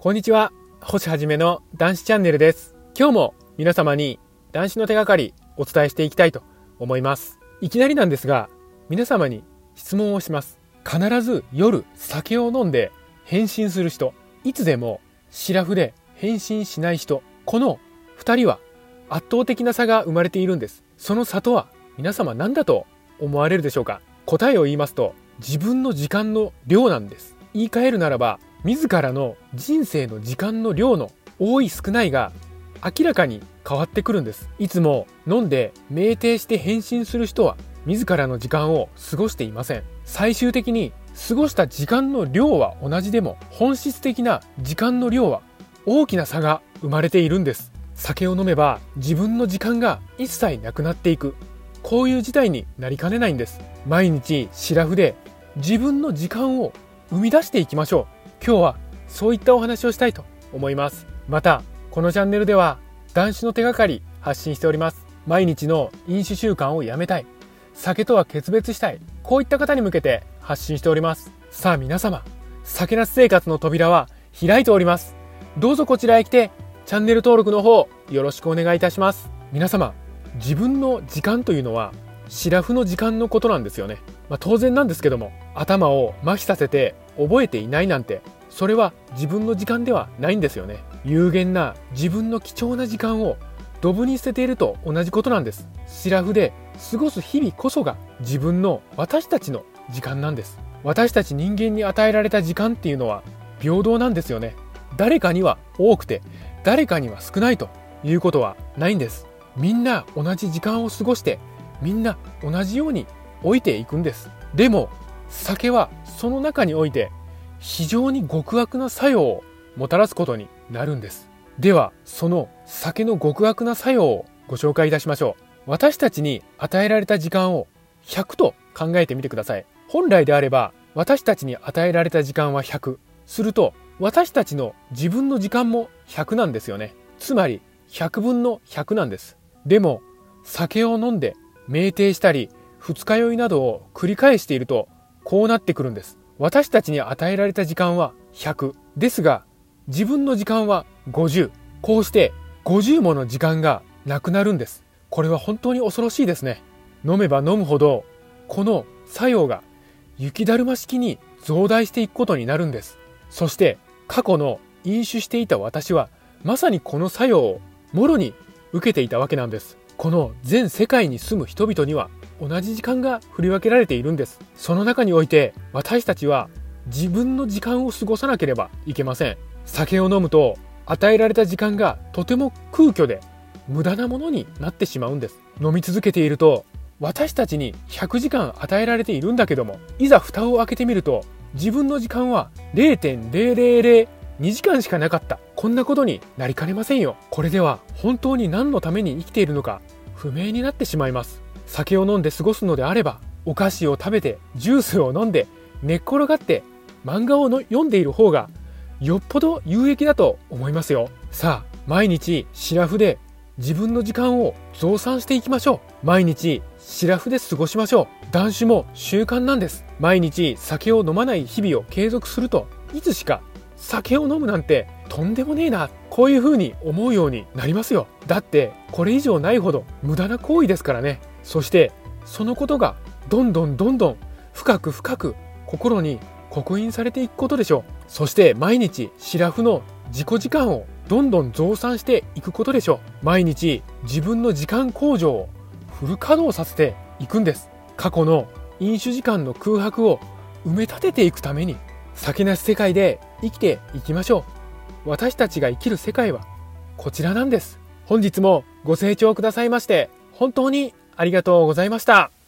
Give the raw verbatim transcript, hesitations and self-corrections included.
こんにちは、星はじめの男子チャンネルです。今日も皆様に男子の手がかりお伝えしていきたいと思います。いきなりなんですが、皆様に質問をします。必ず夜酒を飲んで変身する人、いつでもシラフで変身しない人、このふたりは圧倒的な差が生まれているんです。その差とは皆様何だと思われるでしょうか。答えを言いますと、自分の時間の量なんです。言い換えるならば、自らの人生の時間の量の多い少ないが明らかに変わってくるんです。いつも飲んで酩酊して変身する人は自らの時間を過ごしていません。最終的に過ごした時間の量は同じでも、本質的な時間の量は大きな差が生まれているんです。酒を飲めば自分の時間が一切なくなっていく、こういう事態になりかねないんです。毎日シラフで自分の時間を生み出していきましょう。今日はそういったお話をしたいと思います。またこのチャンネルでは男子の手がかり発信しております。毎日の飲酒習慣をやめたい、酒とは決別したい、こういった方に向けて発信しております。さあ皆様、酒なし生活の扉は開いております。どうぞこちらへ来てチャンネル登録の方よろしくお願いいたします。皆様、自分の時間というのはシラフの時間のことなんですよね。まあ、当然なんですけども、頭を麻痺させて覚えていないなんて、それは自分の時間ではないんですよね。有限な自分の貴重な時間をドブに捨てていると同じことなんです。シラフで過ごす日々こそが自分の、私たちの時間なんです。私たち人間に与えられた時間っていうのは平等なんですよね。誰かには多くて誰かには少ないということはないんです。みんな同じ時間を過ごして、みんな同じように老いていくんです。でも酒はその中において非常に極悪な作用をもたらすことになるんです。ではその酒の極悪な作用をご紹介いたしましょう。私たちに与えられた時間をひゃくと考えてみてください。本来であれば私たちに与えられた時間はひゃくすると、私たちの自分の時間もひゃくなんですよね。つまりひゃくぶんのひゃくなんです。でも酒を飲んで酩酊したり二日酔いなどを繰り返しているとこうなってくるんです。私たちに与えられた時間はひゃくですが、自分の時間はごじゅう。こうしてごじゅうもの時間がなくなるんです。これは本当に恐ろしいですね。飲めば飲むほどこの作用が雪だるま式に増大していくことになるんです。そして過去の飲酒していた私はまさにこの作用をもろに受けていたわけなんです。この全世界に住む人々には同じ時間が振り分けられているんです。その中において私たちは自分の時間を過ごさなければいけません。酒を飲むと与えられた時間がとても空虚で無駄なものになってしまうんです。飲み続けていると私たちにひゃくじかん与えられているんだけども、いざ蓋を開けてみると自分の時間は ゼロてんゼロゼロゼロに 時間しかなかった。こんなことになりかねませんよ。これでは本当に何のために生きているのか不明になってしまいます。酒を飲んで過ごすのであれば、お菓子を食べてジュースを飲んで寝っ転がって漫画をの読んでいる方がよっぽど有益だと思いますよ。さあ毎日シラフで自分の時間を増産していきましょう。毎日シラフで過ごしましょう。断酒も習慣なんです。毎日酒を飲まない日々を継続すると、いつしか酒を飲むなんてとんでもねえな、こういう風に思うようになりますよ。だってこれ以上ないほど無駄な行為ですからね。そしてそのことがどんどんどんどん深く深く心に刻印されていくことでしょう。そして毎日シラフの自己時間をどんどん増産していくことでしょう。毎日自分の時間向上をフル稼働させていくんです。過去の飲酒時間の空白を埋め立てていくために酒なし世界で生きていきましょう。私たちが生きる世界はこちらなんです。本日もご清聴くださいまして本当にありがとうございました。